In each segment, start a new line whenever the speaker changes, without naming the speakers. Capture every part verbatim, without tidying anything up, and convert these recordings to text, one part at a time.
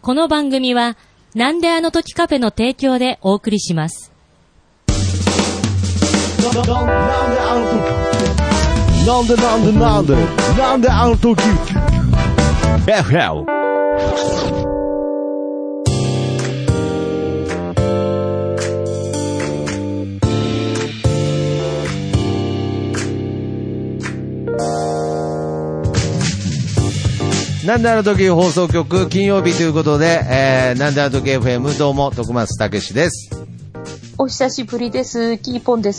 この番組はなんであの時カフェの提供でお送りします。
なんであの時なんでなんでなんでなんであの時 エフエルなんであの時放送局金曜日ということで、えー、なんであの時 エフエム どうも徳松たけしです。
お久しぶりです。キーポンです。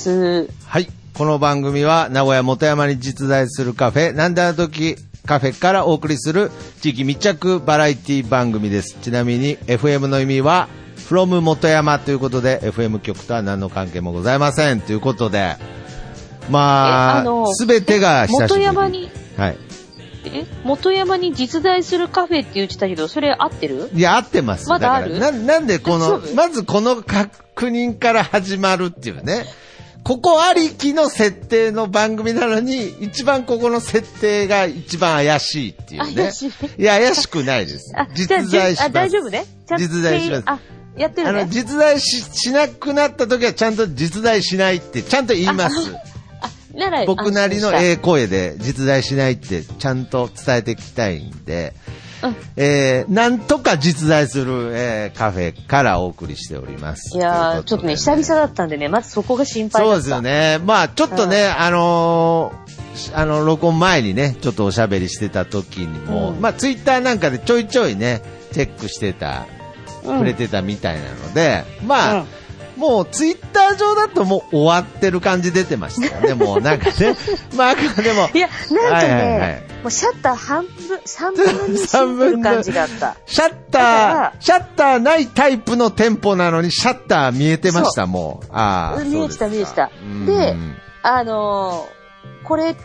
はい、この番組は名古屋元山に実在するカフェなんであの時カフェからお送りする地域密着バラエティ番組です。ちなみに エフエム の意味は from 元山ということで エフエム 局とは何の関係もございませんということで、まあすべてが久しぶり。
元山に、
はい、
え元山に実在するカフェって言ってたけど、それ合ってる？
いや合ってます。
まだある？
だから な, なんでこのまずこの確認から始まるっていうね、ここありきの設定の番組なのに一番ここの設定が一番怪しいっていうね。
怪しい。
いや怪しくないです。実在します。
あ、大丈夫ね。
実在します。
あ、やってるね。
あの実在 し, しなくなった時はちゃんと実在しないってちゃんと言います。
なら
僕なりのええ声で実在しないってちゃんと伝えていきたいんで、うん、えー、なんとか実在する、えー、カフェからお送りしております。
いやー、ね、ちょっとね久々だったんでね、まずそこが心配だった。
そうですよね。まあちょっとね、うん、あのー、あの録音前にねちょっとおしゃべりしてた時にも、うん、まあツイッターなんかでちょいちょいねチェックしてた、うん、触れてたみたいなので、まあ、うんもうツイッター上だともう終わってる感じ出てましたよね。もうなんかね、まああくまでも
いやなんかね、はいはいはい、もうシャッター半分三分の二シンプル感じがあった。
シャッターシャッターないタイプの店舗なのにシャッター見えてました。もうあ
見えてた見えてた。で、あのー。これって、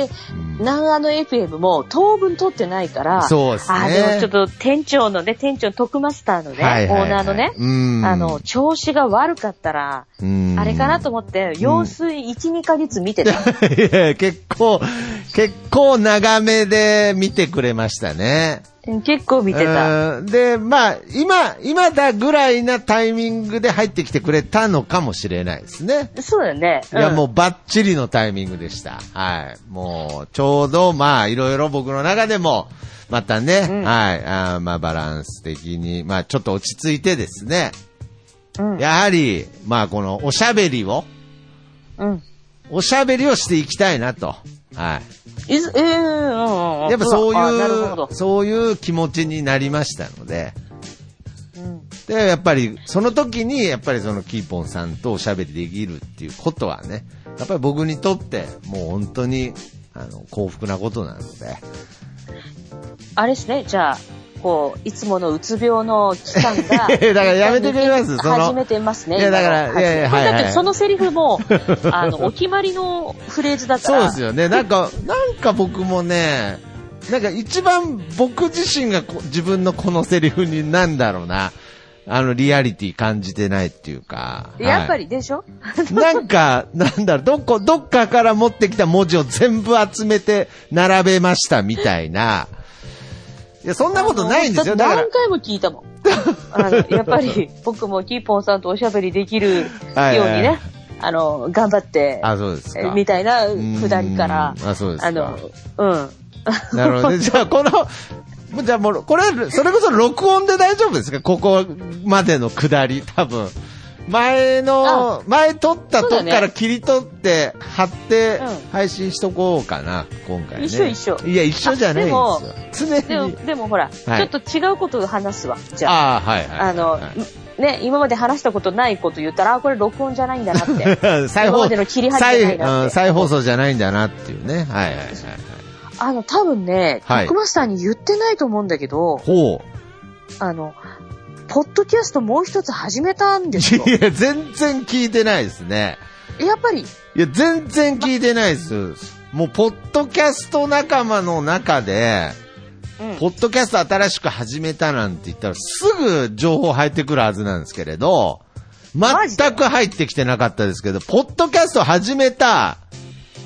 南アの エフエム も当分撮ってないから、
そうですね。
あ、でもちょっと店長のね、店長徳マスターのね、はいはいはい、オーナーのね、あの、調子が悪かったら、あれかなと思って、様子いち、にかげつ見てた。
いや結構、結構長めで見てくれましたね。
結構見てた。
で、まあ、今、今だぐらいなタイミングで入ってきてくれたのかもしれないですね。
そうだね。
うん、いや、もうバッチリのタイミングでした。はい。もう、ちょうど、まあ、いろいろ僕の中でも、またね、うん、はい。あまあ、バランス的に、まあ、ちょっと落ち着いてですね。うん、やはり、まあ、この、おしゃべりを、うん。おしゃべりをしていきたいなと。はい。
えー、うん、
やっぱそういう、そういう気持ちになりましたので、うん、で、やっぱり、その時に、やっぱりそのキーポンさんとおしゃべりできるっていうことはね、やっぱり僕にとって、もう本当に、あの、幸福なことなので。
あれですね、じゃあ、こういつものうつ病の期間が
だからやめてくれますその
始めてますね。
いやだからいやいや、はいはい、
だってそのセリフもあのお決まりのフレーズだから。
そうですよね。なんかなんか僕もね、なんか一番僕自身が自分のこのセリフになんだろうな、あのリアリティ感じてないっていうか。
やっぱりでしょ。
なんかなんだろう、どこどっかから持ってきた文字を全部集めて並べましたみたいな。いや、そんなことないんですよ。だから
何回も聞いたもん。あのやっぱり僕もキーポンさんとおしゃべりできるようにね、はいはいはい、あの頑張って、
あ、そうですか、
みたいなくだりから、
あ、そうですか、
あの、うん。
なるほど、ね。じゃあこの、じゃあもうこれそれこそ録音で大丈夫ですか？ここまでのくだり多分。前の、前撮ったとこから切り取って、貼って配信しとこうかな、今回ね。
一緒一緒。
いや、一緒じゃないんですよ。
常に。でも、でもほら、はい、ちょっと違うことを話すわ。じゃ
あ。ああ、はいはい。
あの、はい、ね、今まで話したことないこと言ったら、あ、これ録音じゃないんだなって。
再放
今までの切り貼りじゃないなって。
再放送じゃないんだなっていうね。はいはいはい、はい。
あの、多分ね、トックマスターに言ってないと思うんだけど、
ほう。
あの、ポッドキャストもう一つ始めたんですよ。
いや、全然聞いてないですね。
やっぱり。
いや、全然聞いてないです。もう、ポッドキャスト仲間の中で、うん、ポッドキャスト新しく始めたなんて言ったら、すぐ情報入ってくるはずなんですけれど、全く入ってきてなかったですけど、ポッドキャスト始めた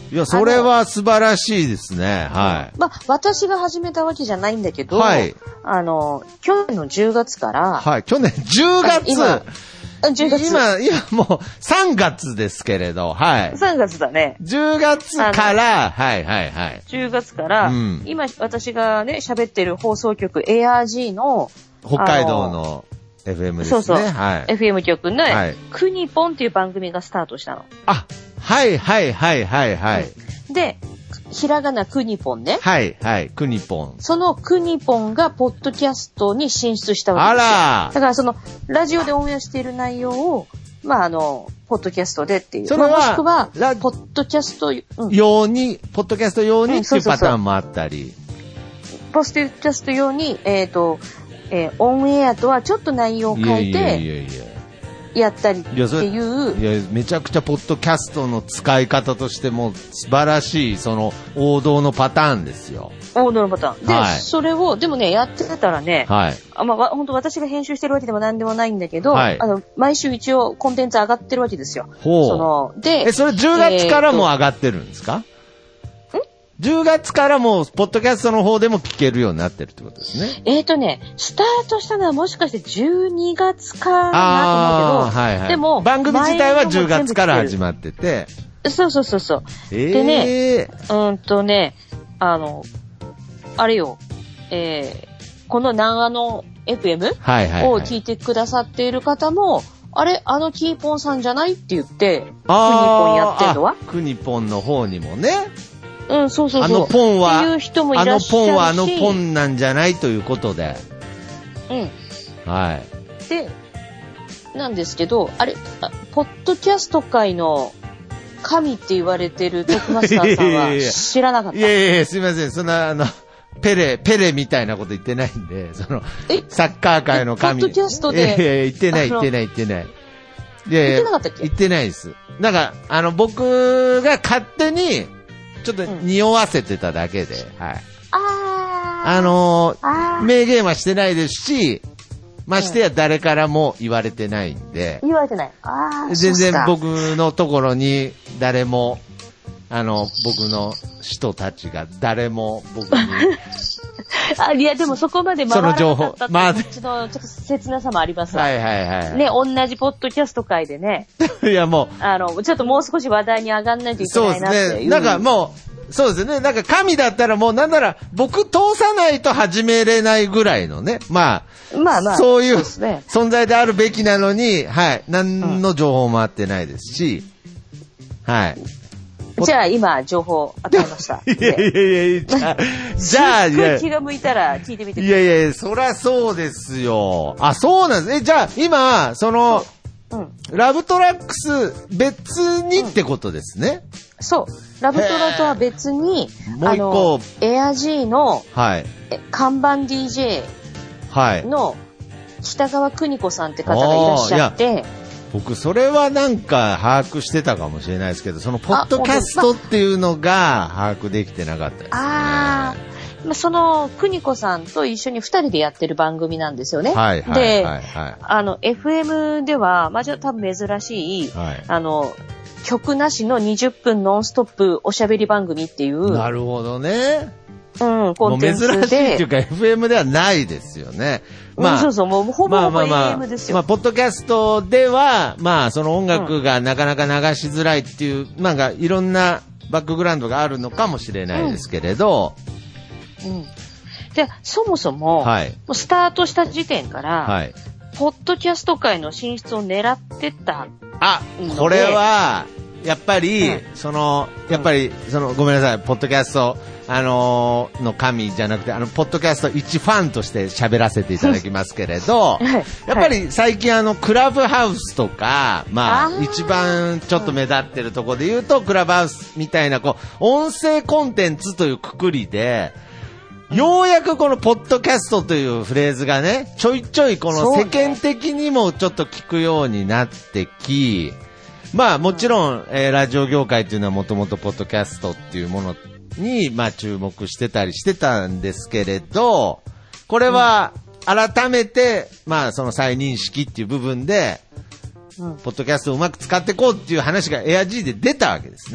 いや、それは素晴らしいですね。はい。
まあ、私が始めたわけじゃないんだけど、
はい。
あの、去年のじゅうがつから、
はい、去年じゅうがつ
今、じゅうがつ
今、今もうさんがつですけれど、はい。
さんがつだね。
じゅうがつから、はいはいはい。
じゅうがつから、うん、今私がね、喋ってる放送局 エーアールジー の、
北海道の エフエム ですね。
そうそう。
はい。
エフエム 局の、はい、クニポンっていう番組がスタートしたの。
あ、はいはいはいはいはい。
うん、で、ひらがなクニポンね。
はいはい、クニポン。
そのクニポンがポッドキャストに進出したわけですよ。あら。だからその、ラジオでオンエアしている内容を、まああの、ポッドキャストでっていう。
それは、
もしくは、ポッドキャスト、
うん、用に、ポッドキャスト用にっていうパターンもあったり。うん、そうそう
そうポッドキャスト用に、えっ、ー、と、えー、オンエアとはちょっと内容を変えて、いやいやいやいややったりっていう。
いや、いやめちゃくちゃポッドキャストの使い方としても素晴らしい、その王道のパターンですよ。
王道のパターン。で、はい、それを、でもね、やってたらね、はい。あまあ、本当私が編集してるわけでも何でもないんだけど、はい、あの、毎週一応コンテンツ上がってるわけですよ。
ほう。
その、で、
え、それじゅうがつからも上がってるんですか？じゅうがつからもう、ポッドキャストの方でも聞けるようになってるってことですね。
えっとね、スタートしたのはもしかしてじゅうにがつかなと思うけど、はいはい、でも、
番組自体はじゅうがつから始まってて。
そうそうそうそう。
えー、
でね、うんとね、あの、あれよ、えー、この長野 エフエム を聞いてくださっている方も、あれあのキーポンさんじゃないって言って、クニポンやってるのは
クニポンの方にもね。
うん、そうそうそう。
あのポンは、
っていう人もいらっしゃるし、
あのポンはあのポンなんじゃないということで。
うん。
はい。
で、なんですけど、あれ、あポッドキャスト界の神って言われてる徳マスターさんは知らなかった。
いやいやいや、すみません。そんな、あの、ペレ、ペレみたいなこと言ってないんで、その、サッカー界の神。
ポッドキャストで。
いやいや、言ってない、言ってない、言ってない。いやいや、
言ってなかったっけ？
言ってないです。なんか、あの、僕が勝手に、ちょっと匂わせてただけで、うん、はい。
あ
あのー、明言はしてないですし、ましてや誰からも言われてないんで。
言われてない。ああ、
全然僕のところに誰も、あの、僕の人たちが誰も僕に。
あ、いや、でもそこまで回らなかったって
まあ、
こっちのちょっと切なさもありますわ。
はいはいはい。
ね、同じポッドキャスト界でね。
いやもう。
あの、ちょっともう少し話題に上がんないといけないなっていう。
そうですね。なんかもう、そうですね。なんか神だったらもうなんなら僕通さないと始めれないぐらいのね。まあ、
まあまあ、
そういう存在であるべきなのに、はい。何の情報もあってないですし、はい。
じゃあ今情報与えました。
いやいやいやじゃあ、じゃあ、
いや。気が向いたら聞いてみてください。
いやいやそりゃそうですよ。あ、そうなんです。え、じゃあ今、その、うん、ラブトラックス別にってことですね。
うん、そう。ラブトラとは別に、もう一個、エアジーの、はい、看板 ディージェー の北川邦子さんって方がいらっしゃって、
僕、それはなんか把握してたかもしれないですけど、そのポッドキャストっていうのが把握できてなかったですね。
ああ、その、邦子さんと一緒に二人でやってる番組なんですよね。
はいはいはい、はい。で、
あの、エフエム では、まあ、じゃ多分珍しい、はい、あの、曲なしのにじゅっぷんノンストップおしゃべり番組っていう。
なるほどね。
うん、コンテンツで。
もう珍しいっていうか エフエム ではないですよね。
まあ、うん、そうそう、もうほぼほぼ エーエム ですよ。
まあ、ポッドキャストでは、まあ、その音楽がなかなか流しづらいっていう、うん、なんかいろんなバックグラウンドがあるのかもしれないですけれど。
うん。うん、で、そもそも、はい、もうスタートした時点から、はい、ポッドキャスト界の進出を狙ってた。
あ、これは、やっぱり、うん、その、やっぱり、その、ごめんなさい、ポッドキャスト、あのー、の神じゃなくて、あの、ポッドキャスト一ファンとして喋らせていただきますけれど、やっぱり最近あの、クラブハウスとか、まあ、一番ちょっと目立ってるところで言うと、クラブハウスみたいな、こう、音声コンテンツというくくりで、ようやくこのポッドキャストというフレーズがね、ちょいちょいこの世間的にもちょっと聞くようになってき、まあもちろん、えー、ラジオ業界っていうのはもともとポッドキャストっていうものに、まあ注目してたりしてたんですけれど、これは改めて、まあその再認識っていう部分で、うん、ポッドキャストをうまく使っていこうっていう話がエアジーで出たわけですね。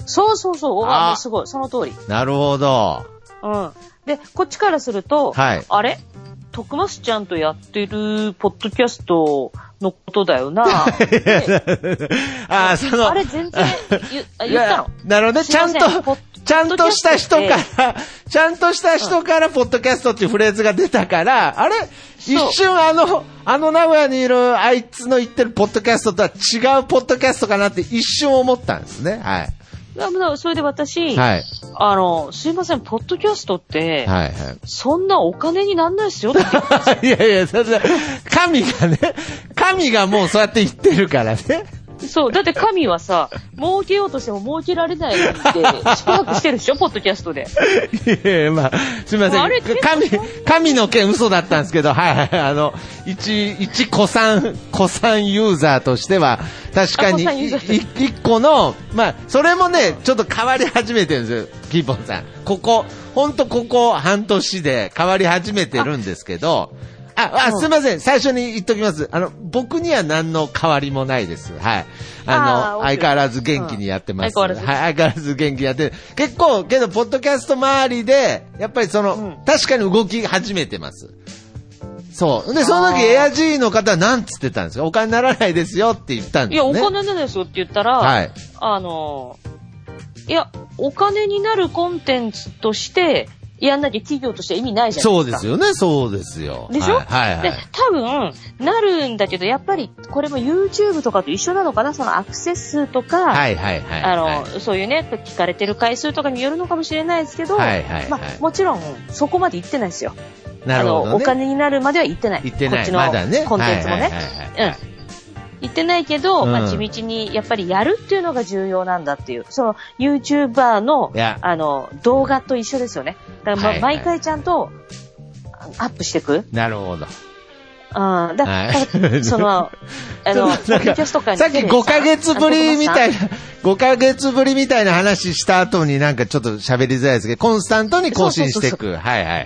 そうそうそう。ああ、すごい。その通り。
なるほど。
うん。で、こっちからすると、
はい。
あれ徳増ちゃんとやってるポッドキャストのことだよな。
ああ、その。
あれ全然言, 言ったの。
なるほどね。ちゃんと、ちゃんとした人から、ちゃんとした人からポッドキャストっていうフレーズが出たから、あれ一瞬あの、あの名古屋にいるあいつの言ってるポッドキャストとは違うポッドキャストかなって一瞬思ったんですね。はい。
それで私、
はい、
あの、すいません、ポッドキャストって、
はいはい、
そんなお金になんないですよって言って。
いやいや、そんな、神がね、神がもうそうやって言ってるからね。
そう、だって神はさ、儲けようとしても儲けられないって、宿泊してるでしょ、ポッドキャストで。
いやいや、まあ、すみません。あれ神、神の件嘘だったんですけど、はいはい、あの、一、一古参、古参ユーザーとしては、確かに、一個の、まあ、それもね、ちょっと変わり始めてるんですよ、キーポンさん。ここ、ほんとここ半年で変わり始めてるんですけど、あ、あ、すみません。最初に言っときます。あの、僕には何の変わりもないです。はい。あの、相変わらず元気にやってます。うん、相変わらず。はい、相変わらず元気にやってる。結構、けど、ポッドキャスト周りで、やっぱりその、うん、確かに動き始めてます。そう。で、その時、エアジー の方は何つってたんですか？お金にならないですよって言ったんですね。
いや、お金にならないですよって言ったら、はい。あの、いや、お金になるコンテンツとして、やんなきゃ企業として意味ないじゃないですか。
そうですよね、そうですよ。
でしょ？
はいはいはい。
で、多分、なるんだけど、やっぱり、これも YouTube とかと一緒なのかな、そのアクセス数とか、
はいはいはい、はい。
あの、そういうね、聞かれてる回数とかによるのかもしれないですけど、はいはいはい。まあ、もちろん、そこまで行ってないですよ。
なるほど、ね。
あの、お金になるまでは行ってない。
行ってない。
こっちの
まだね。
コンテンツもね。はいはいはいはい、うん。言ってないけど、うん、まあ、地道にやっぱりやるっていうのが重要なんだっていう、その YouTuber の、あの、動画と一緒ですよね。だから、ま、はいはい、毎回ちゃんとアップしていく。
なるほど。
ああ、だ、はい、その、あの、ポッドキャスト界に
さっきごかげつぶりみたいな、ごかげつぶりみたいな話した後になんかちょっと喋りづらいですけど、コンスタントに更新していく。そうそうそうそう。はいはいはいはい。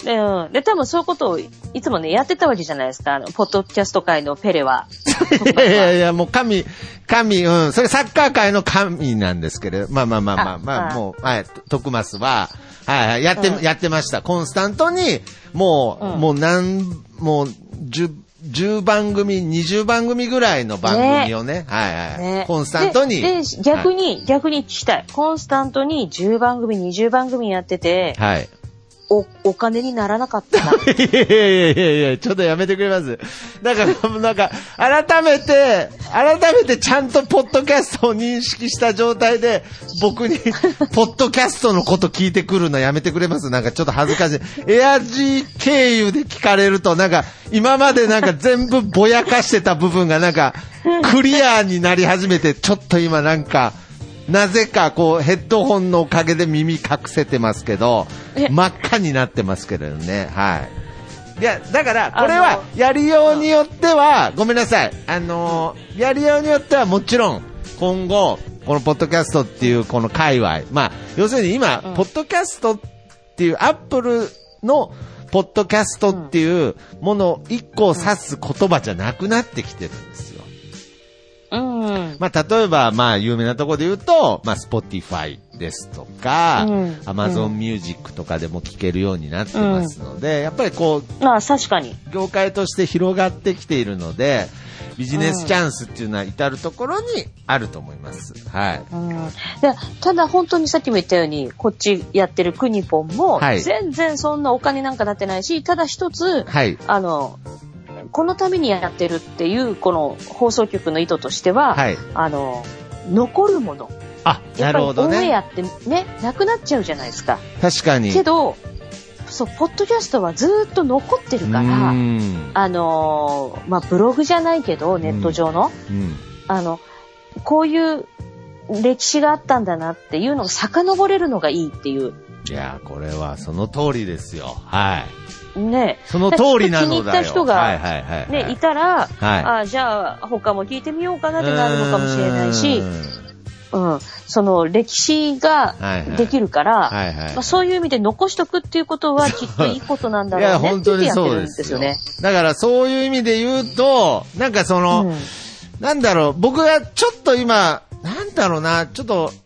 で、うん。で、多分そういうことをいつもね、やってたわけじゃないですか。あの、ポッドキャスト界のペレは。
いやいやいや、もう神、神、うん。それサッカー界の神なんですけど、まあまあまあまあ、まあ、もう、はい、徳増は、はいはい、やって、うん、やってました。コンスタントに、もう、うん、もう何、もう、十、十番組、二十番組ぐらいの番組をね、ねはいはい、ね、コンスタントに。
で、で逆に、はい、逆に聞きたい。コンスタントに十番組、二十番組やってて、
はい。
お、お金にならなかったな。
いやいやいやいや、ちょっとやめてくれます。なんか、なんか、改めて、改めてちゃんとポッドキャストを認識した状態で、僕に、ポッドキャストのこと聞いてくるのやめてくれます？なんかちょっと恥ずかしい。エアジー経由で聞かれると、なんか、今までなんか全部ぼやかしてた部分がなんか、クリアになり始めて、ちょっと今なんか、なぜかこうヘッドホンのおかげで耳隠せてますけど、真っ赤になってますけどね。はい。いや、だからこれはやりようによっては、ごめんなさい。あのー、やりようによってはもちろん今後このポッドキャストっていうこの界隈、まあ要するに今、うん、ポッドキャストっていうアップルのポッドキャストっていうもの一個を指す言葉じゃなくなってきてるんですよ。
うん、
まあ、例えば、まあ、有名なところで言うと、まあ、Spotify ですとか、うん、Amazon Music とかでも聴けるようになってますので、うん、やっぱりこう、
まあ、確かに。
業界として広がってきているので、ビジネスチャンスっていうのは至るところにあると思います。はい。
うん、でただ本当にさっきも言ったように、こっちやってるクニポンも、全然そんなお金なんかなってないし、ただ一つ、はい、あの、このためにやってるっていうこの放送局の意図としては、はい、あの残るもの、
あ、なるほどね。
やっぱりオンエアってねなくなっちゃうじゃないですか。
確かに。
けどそうポッドキャストはずっと残ってるから、あのまあブログじゃないけどネット上の、うんうん、あのこういう歴史があったんだなっていうのを遡れるのがいいっていう。
いやこれはその通りですよ。はい。
ね、
その通りなのだよ。気に入った
人が、ね、いたら、はい、あじゃあ他も聞いてみようかなってなるのかもしれないし、うん、その歴史ができるから、はいはいまあ、そういう意味で残しとくっていうことはきっといいことなんだろうねって言ってやってるんですよね。
だからそういう意味で言うと、なんかその、うん、なんだろう、僕がちょっと今、なんだろうな、ちょっと、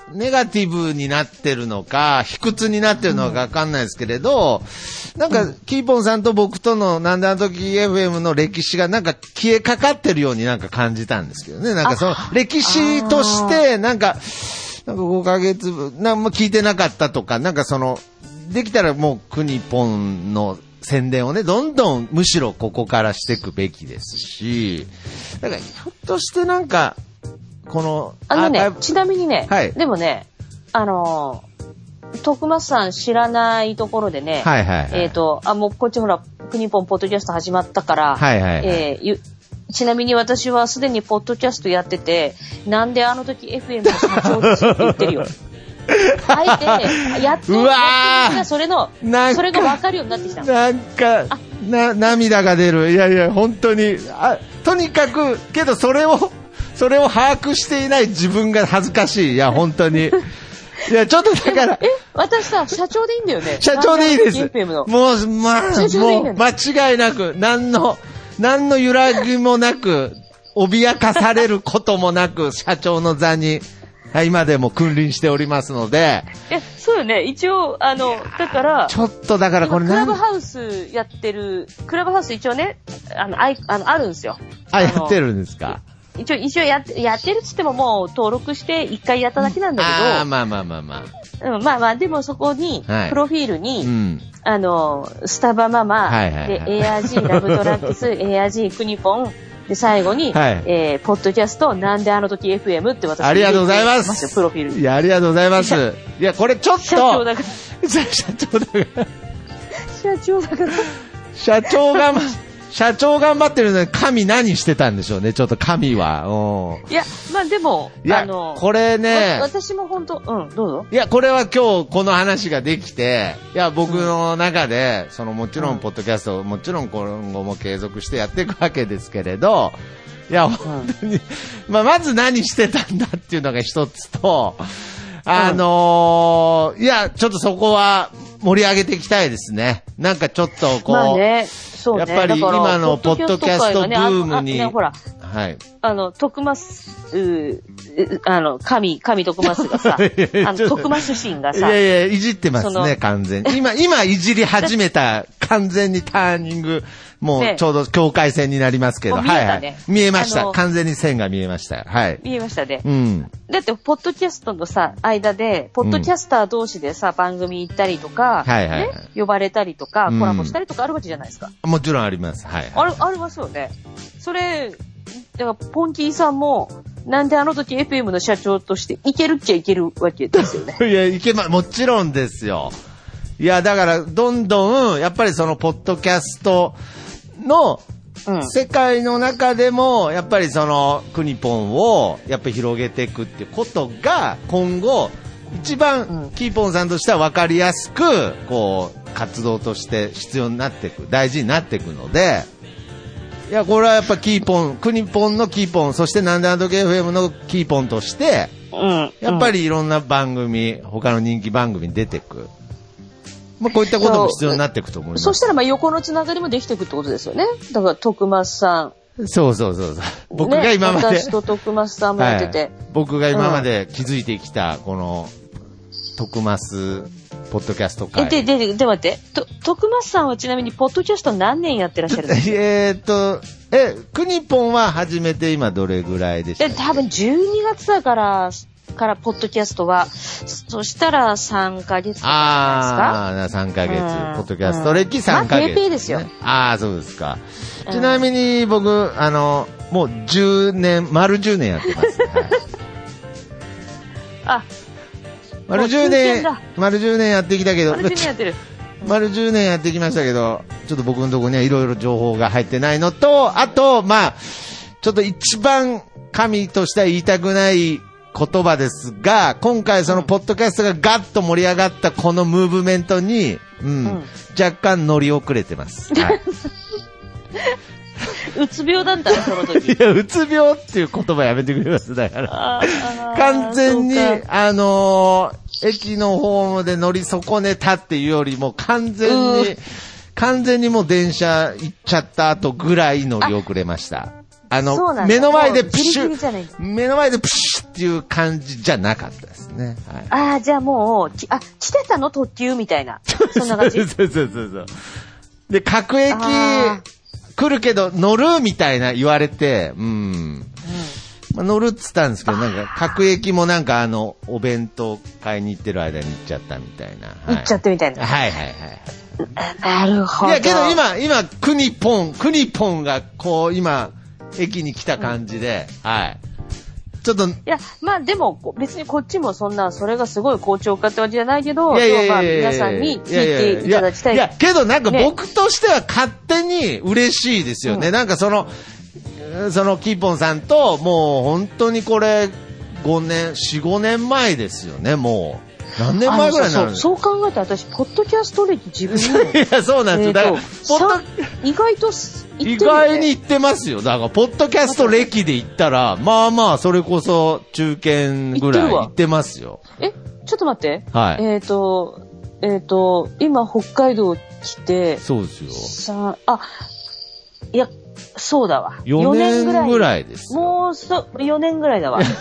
ネガティブになってるのか、卑屈になってるのかわかんないですけれど、なんか、キーポンさんと僕とのなんであの時 エフエム の歴史がなんか消えかかってるようになんか感じたんですけどね。なんかその歴史として、なんか、なんかごかげつぶん、何も聞いてなかったとか、なんかその、できたらもうクニポンの宣伝をね、どんどんむしろここからしていくべきですし、だからひょっとしてなんか、この、
あのね、ちなみにね、
はい、
でもね、あのー、徳松さん知らないところでね、
はいはいはい、
えっ、ー、と、あ、もうこっちほら、クニポンポッドキャスト始まったから、
はいはいはい、
えー、ちなみに私はすでにポッドキャストやってて、なんであの時 エフエム の社長ですって言ってるよ。あえてね、やっと、
うわ
ーそれの、それが分かるようになってきたの。
なんか、な、涙が出る。いやいや、本当に、あ、とにかく、けどそれを、それを把握していない自分が恥ずかしい。いや、本当に。いや、ちょっとだから。
え、私さ、社長でいいんだよね。
社長でいいです。
エフエム の
もう、まあ、もう、間違いなく、何の、何の揺らぎもなく、脅かされることもなく、社長の座に、今でも君臨しておりますので。
え、そうよね。一応、あの、だから、
ちょっとだからこれ
クラブハウスやってる、クラブハウス一応ね、あの、あいあのあるんですよ。
あ、やってるんですか。
一応、一応やって、やってるっつってももう登録して一回やっただけなんだけど。
ああ、まあまあまあま
あ。うん、まあまあ、でもそこに、はい、プロフィールに、
うん、
あの、スタバママ、はいはいはい、で、エーアールジー ラブトラックス、エーアールジー クニポン、で、最後に、はい、えー、ポッドキャスト、なんであの時 エフエム って私
ありがとうございます。
プロフィール。
いや、ありがとうございます。いや、これちょっと。社
長だから。
社長だから。
社長だから。
社長が、社長頑張ってるのに神何してたんでしょうね、ちょっと神は。うん。
いや、まあでも、
いや、
あの、
これね。
私も本当、うん、どうぞ。
いや、これは今日この話ができて、いや、僕の中で、うん、そのもちろん、ポッドキャスト、もちろん今後も継続してやっていくわけですけれど、いや、本当に、うん、まあ、まず何してたんだっていうのが一つと、あのーうん、いや、ちょっとそこは盛り上げていきたいですね。なんかちょっとこう、
まあね、そうね、
やっぱり今のポッドキャストブームに、
ね、ほら、はい。あの、徳マス、あの、神、神徳マスがさ、あの、徳マス神がさ、
いやいや、いじってますね、完全に。今、今いじり始めた、完全にターニング、もうちょうど境界線になりますけど、ね、はいはい。見えました。完全に線が見えました。はい。
見えましたね。
うん。
だって、ポッドキャストのさ、間で、ポッドキャスター同士でさ、うん、番組行ったりとか、はいはい、ね、呼ばれたりとか、コラボしたりとかあるわけじゃないですか。
うん、もちろんあります。はい、はい。
ある、ありますよね。それ、だから、ポンキーさんも、なんであの時 エフエム の社長としていけるっちゃいけるわけですよね。
いや、いけま、もちろんですよ。いや、だから、どんどん、やっぱりその、ポッドキャストの、世界の中でも、やっぱりその、クニポンを、やっぱり広げていくっていうことが、今後、一番、キーポンさんとしては分かりやすく、こう、活動として必要になっていく、大事になっていくので、いや、これはやっぱキーポン、クニポンのキーポン、そしてなんであの時 エフエム のキーポンとして、うん、やっぱりいろんな番組、他の人気番組に出ていく。まあ、こういったことも必要になっていくと思います。
そしたら、まあ、横のつながりもできていくってことですよね。だから、徳松さん。
そうそうそうそう。僕が今まで。
ね、私と徳松さんもやってて、はい。
僕が今まで築いてきた、この、徳松、ポッドキャスト会。
え、で、で、で、待って。と、徳松さんはちなみに、ポッドキャスト何年やってらっしゃるんですか？
えーっと、え、クニポンは始めて今どれぐらいでしたっけ？
え、多分じゅうにがつだから、から、ポッドキャストは、そしたらさんかげつとかじゃないですか？
ああ、さんかげつ、うん。ポッドキャスト歴さんかげつ、ね。
まあ、ペーペーですよ。
ああ、そうですか。ちなみに僕、あの、もうじゅうねん、丸じゅうねんやってます。はい、
あ、
丸じゅうねん、丸じゅうねんやってきたけど、
丸じゅうねんやってる。
丸じゅうねんやってきましたけど、ちょっと僕のところにはいろいろ情報が入ってないのと、あと、まあ、ちょっと一番神としては言いたくない言葉ですが、今回そのポッドキャストがガッと盛り上がったこのムーブメントに、うん、うん、若干乗り遅れてます。はい、
うつ病だったのその時。
いや、うつ病っていう言葉やめてくれます。だから。完全に、あのー、駅のホームで乗り損ねたっていうよりも完全に、完全にもう電車行っちゃった後ぐらい乗り遅れました。 あの、目の前でプシュ、目の前でプシュっていう感じじゃなかったですね。
はい、ああ、じゃあもう、あ、来てたの特急みたいな。そんな感じ。
そうそうそうそう。で、各駅来るけど乗るみたいな言われて、うん。うんまあ、乗るっつったんですけど、なんか、各駅もなんかあの、お弁当買いに行ってる間に行っちゃったみたいな。
はい、行っちゃってみたいな。
はいはいはい。
なるほど。
いや、けど今、今、クニポン、クニポンが、こう、今、駅に来た感じで、うん、はい。ちょっと。い
や、まあでも、別にこっちもそんな、それがすごい好調かってわけじゃないけど、いやいやいやまあ皆さんに聞いていただきたい。
いや、いやけどなんか僕としては勝手に嬉しいですよね。ねなんかその、そのキーポンさんと、もう本当にこれ、ごねん、よん、ごねんまえですよね、もう。何年前ぐらいになるんですか？
そう考えたら私、ポッドキャスト歴自分に。
いや、そうなんですよ。だから、ポッド
意外と
意外に言ってますよ。だから、ポッドキャスト歴で言ったら、まあまあ、それこそ中堅ぐらい言ってますよ。
え、ちょっと待って。
はい。
えっと、えっと、今、北海道来て。
そうですよ。
さあ、いや、そうだわ。
よねんぐらいですよ。
もうそ、よねんぐらいだわ。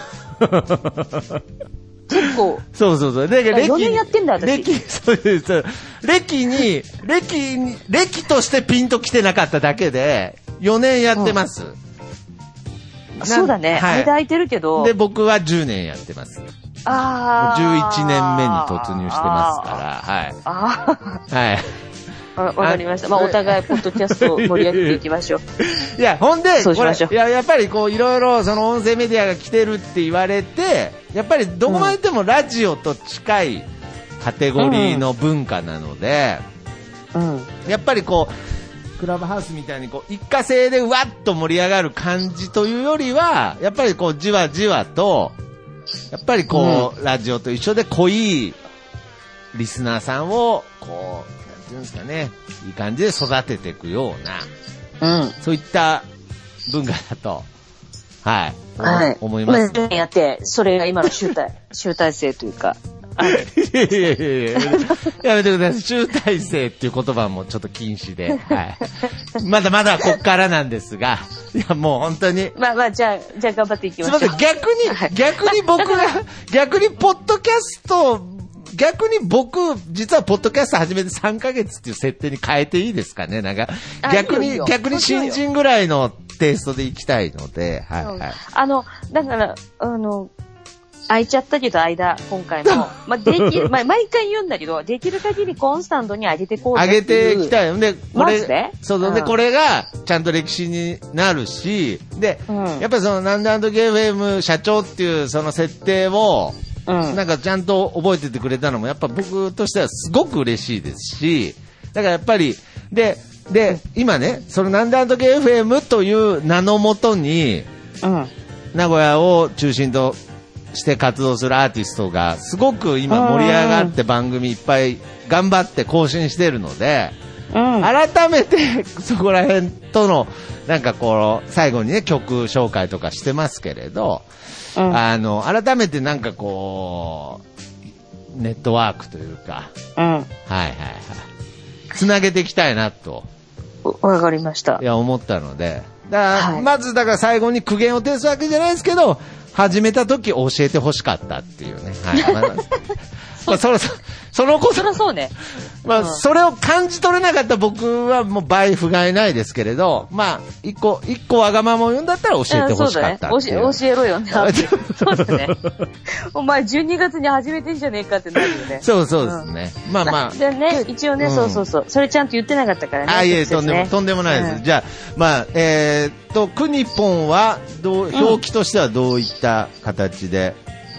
結構。
そうそうそう。で、歴、
よねんやってんだ、私。
歴、そうです。歴に、歴に、歴としてピンと来てなかっただけで、よねんやってます。
うん、そうだね。はい、間空いてるけど。
で、僕はじゅうねんやってます。
ああ。
じゅういちねんめに突入してますから、はい。
ああ。
はい。
わかりました。まあ、お互いポッドキャストを盛り上げていきましょう。
いや、ほんで、
そうしましょう。
いや、やっぱりこう、いろいろ、その音声メディアが来てるって言われて、やっぱりどこまで行ってもラジオと近いカテゴリーの文化なので、
うん。
やっぱりこう、クラブハウスみたいにこう、一過性でうわっと盛り上がる感じというよりは、やっぱりこう、じわじわと、やっぱりこう、うん、ラジオと一緒で濃いリスナーさんを、こう、なんていうんですかね、いい感じで育てていくような、
うん、
そういった文化だと、はい、
はい、
思います。
まあ、やって、それが今の集大、集大成というか、
いやいやいやいや、やめてください。集大成っていう言葉もちょっと禁止で、はい。まだまだこっからなんですが、いやもう本当に。
まあまあ、じゃあ、じゃあ頑張っていきましょう。
すみません、逆に、はい、逆に僕が、逆にポッドキャスト、逆に僕、実はポッドキャスト始めてさんかげつっていう設定に変えていいですかねなんか、逆に、いいよ逆に新人ぐらいのテイストでいきたいので、はいはい。
あの、だから、あの、空いちゃったけど間、今回も。まあ、できる、まあ、毎回言うんだけど、できる限りコンスタントに上げていこう
上げていきたい。で、これ、
で
そう、うん、で、これが、ちゃんと歴史になるし、で、うん、やっぱりその、なんであのゲームエム社長っていう、その設定を、うん、なんかちゃんと覚えててくれたのも、やっぱ僕としてはすごく嬉しいですし、だからやっぱり、で、で、今ね、そのなんであのゲームエムという名のもとに、うん、名古屋を中心として活動するアーティストがすごく今盛り上がって番組いっぱい頑張って更新してるので、うん、改めてそこら辺とのなんかこう最後にね曲紹介とかしてますけれど、うん、あの改めてなんかこうネットワークというか、うん、はいはいはいつなげていきたいなと
わかりました
いや思ったのでだから、はい、まずだから最後に苦言を呈すわけじゃないですけど始めた時教えてほしかったっていうね。はい。まあ、まあ、その、そのこと。
そりゃそうね。
まあ、うん、それを感じ取れなかった僕はもう倍不甲斐ないですけれど、まあ、一個、一個わがままを言うんだったら教えてほしかったっていう。
そうだね。教えろよね。そうだね。お前じゅうにがつに始めてんじゃねえかってなるよね。
そうそうですね。うん、まあまあ。
じゃあね、一応ね、うん、そうそうそう。それちゃんと言ってなかったからね。
あ、いえ、とんでも、とんでもないです。うん、じゃあ、まあ、えー、と、クニポンは、どう、表記としてはどういった形で、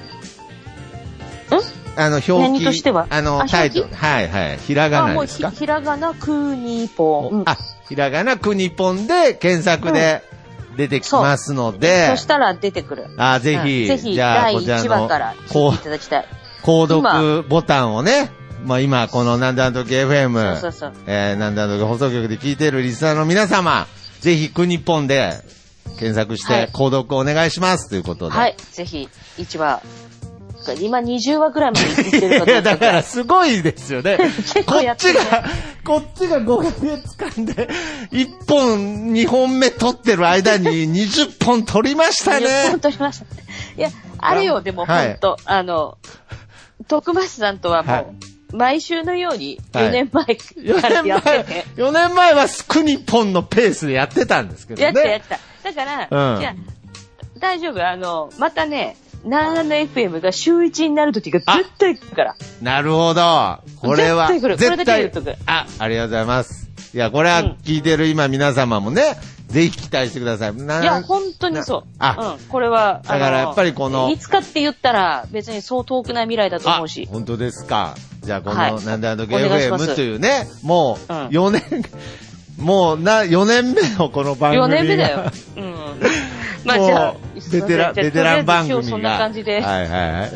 うん
あの、表記。
何としては
あの、タイトル。はいはい。ひらがなですか？
ひ、ひらがな、クニポン。うん、
あ、ひらがな、クニポンで検索で出てきますので。
うん、そ, そしたら出てくる。
あ、ぜひ。
うん、ぜひ、だいいちわから聞いていただきたい。
購読ボタンをね、まあ今、このなんだんとき エフエム、
そうそうそう
えー、なんだんとき放送局で聞いているリスナーの皆様、ぜひ、クニポンで検索して、購読お願いしますということで。
はい、ぜひ、いちわ。 今にじゅうわくらいまで行ってるかどうか。
いや、だからすごいですよね。こっちが、こっちがごかげつかんで、いっぽん、にほんめ撮ってる間ににじゅっぽん撮りましたね。にじゅっぽん撮りました。いや、あれよ、でもほんと、はい、あの、徳松さんとはもう、はい、毎週のようによねんまえからやってて、はい、 よねんまえはくにぽんのペースでやってたんですけどね。
やってたやってた。だから、うん、いや、大丈夫、あの、またね、長野 エフエム が週いちになる時が絶対来るから。
なるほど。これは絶対来る。
絶対これだけ言っとく。
あ、ありがとうございます。いや、これは聞いてる今皆様もね、うん、ぜひ期待してください。い
や、本当にそう。あ、うん、これは、
だからやっぱりこの。
いつかって言ったら別にそう遠くない未来だと思うし。
本当ですか。じゃあこの、はい、なんであの時 エフエム というね、もうよねん、うん、もうな、よねんめのこの番組が。よねんめだよ。うん。まあじゃあ、 ベテラン、ベテラン番組が。
今日そんな感じで。
はいはいはい。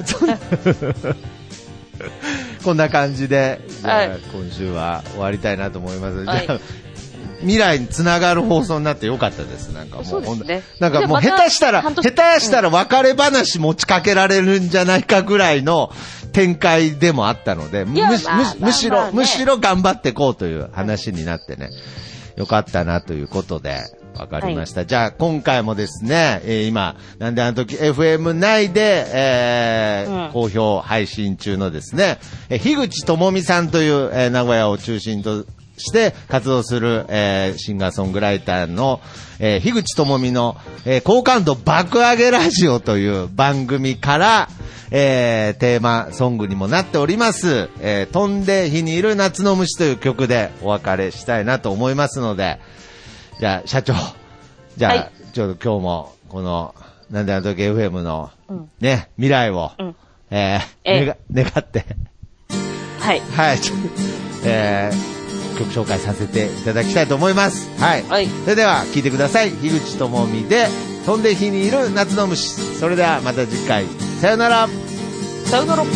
こんな感じで、じゃあ、今週は終わりたいなと思います。はい、じゃあ、未来につながる放送になってよかったです。なんかもう、そうですね、なんかもう下手したら、下手したら別れ話持ちかけられるんじゃないかぐらいの展開でもあったので、むし、まあ、むしろ、まあね、むしろ頑張っていこうという話になってね、よかったなということで、わかりました。はい、じゃあ、今回もですね、えー、今、なんであの時 エフエム 内で、えーうん、好評配信中のですね、えー、樋口智美さんという、えー、名古屋を中心として活動する、えー、シンガーソングライターの、えー、樋口智美の、えー、好感度爆上げラジオという番組から、えー、テーマソングにもなっております、えー、飛んで火にいる夏の虫という曲でお別れしたいなと思いますので、じゃあ、社長。じゃあ、はい、ちょっと今日も、この、なんであの時 エフエム の、うん、ね、未来を、うん、えー、えー、願って。
はい。
はい。えー、曲紹介させていただきたいと思います。はい。はい、それでは、聴いてください。樋口智美で、飛んで火にいる夏の虫。それでは、また次回。さよなら。
さよなら。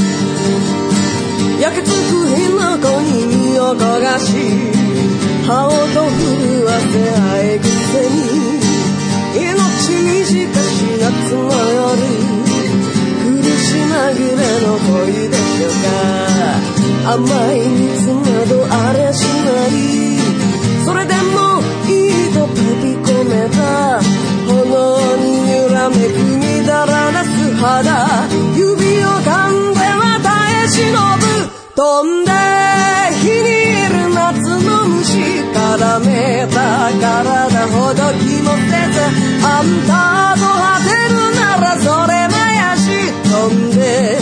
焼けつく火の粉に身を焦がし、歯をと震わせあえぐせに命短し夏の夜苦しまぐれの恋でしょうか。甘い蜜などあれしないそれでもいいと飛び込めた炎に揺らめくみだらな素肌指を噛んでまたへ忍ぶ飛んで火にいる夏の虫絡めた体ほど気もせずあんたと果てるならそれまやし飛んで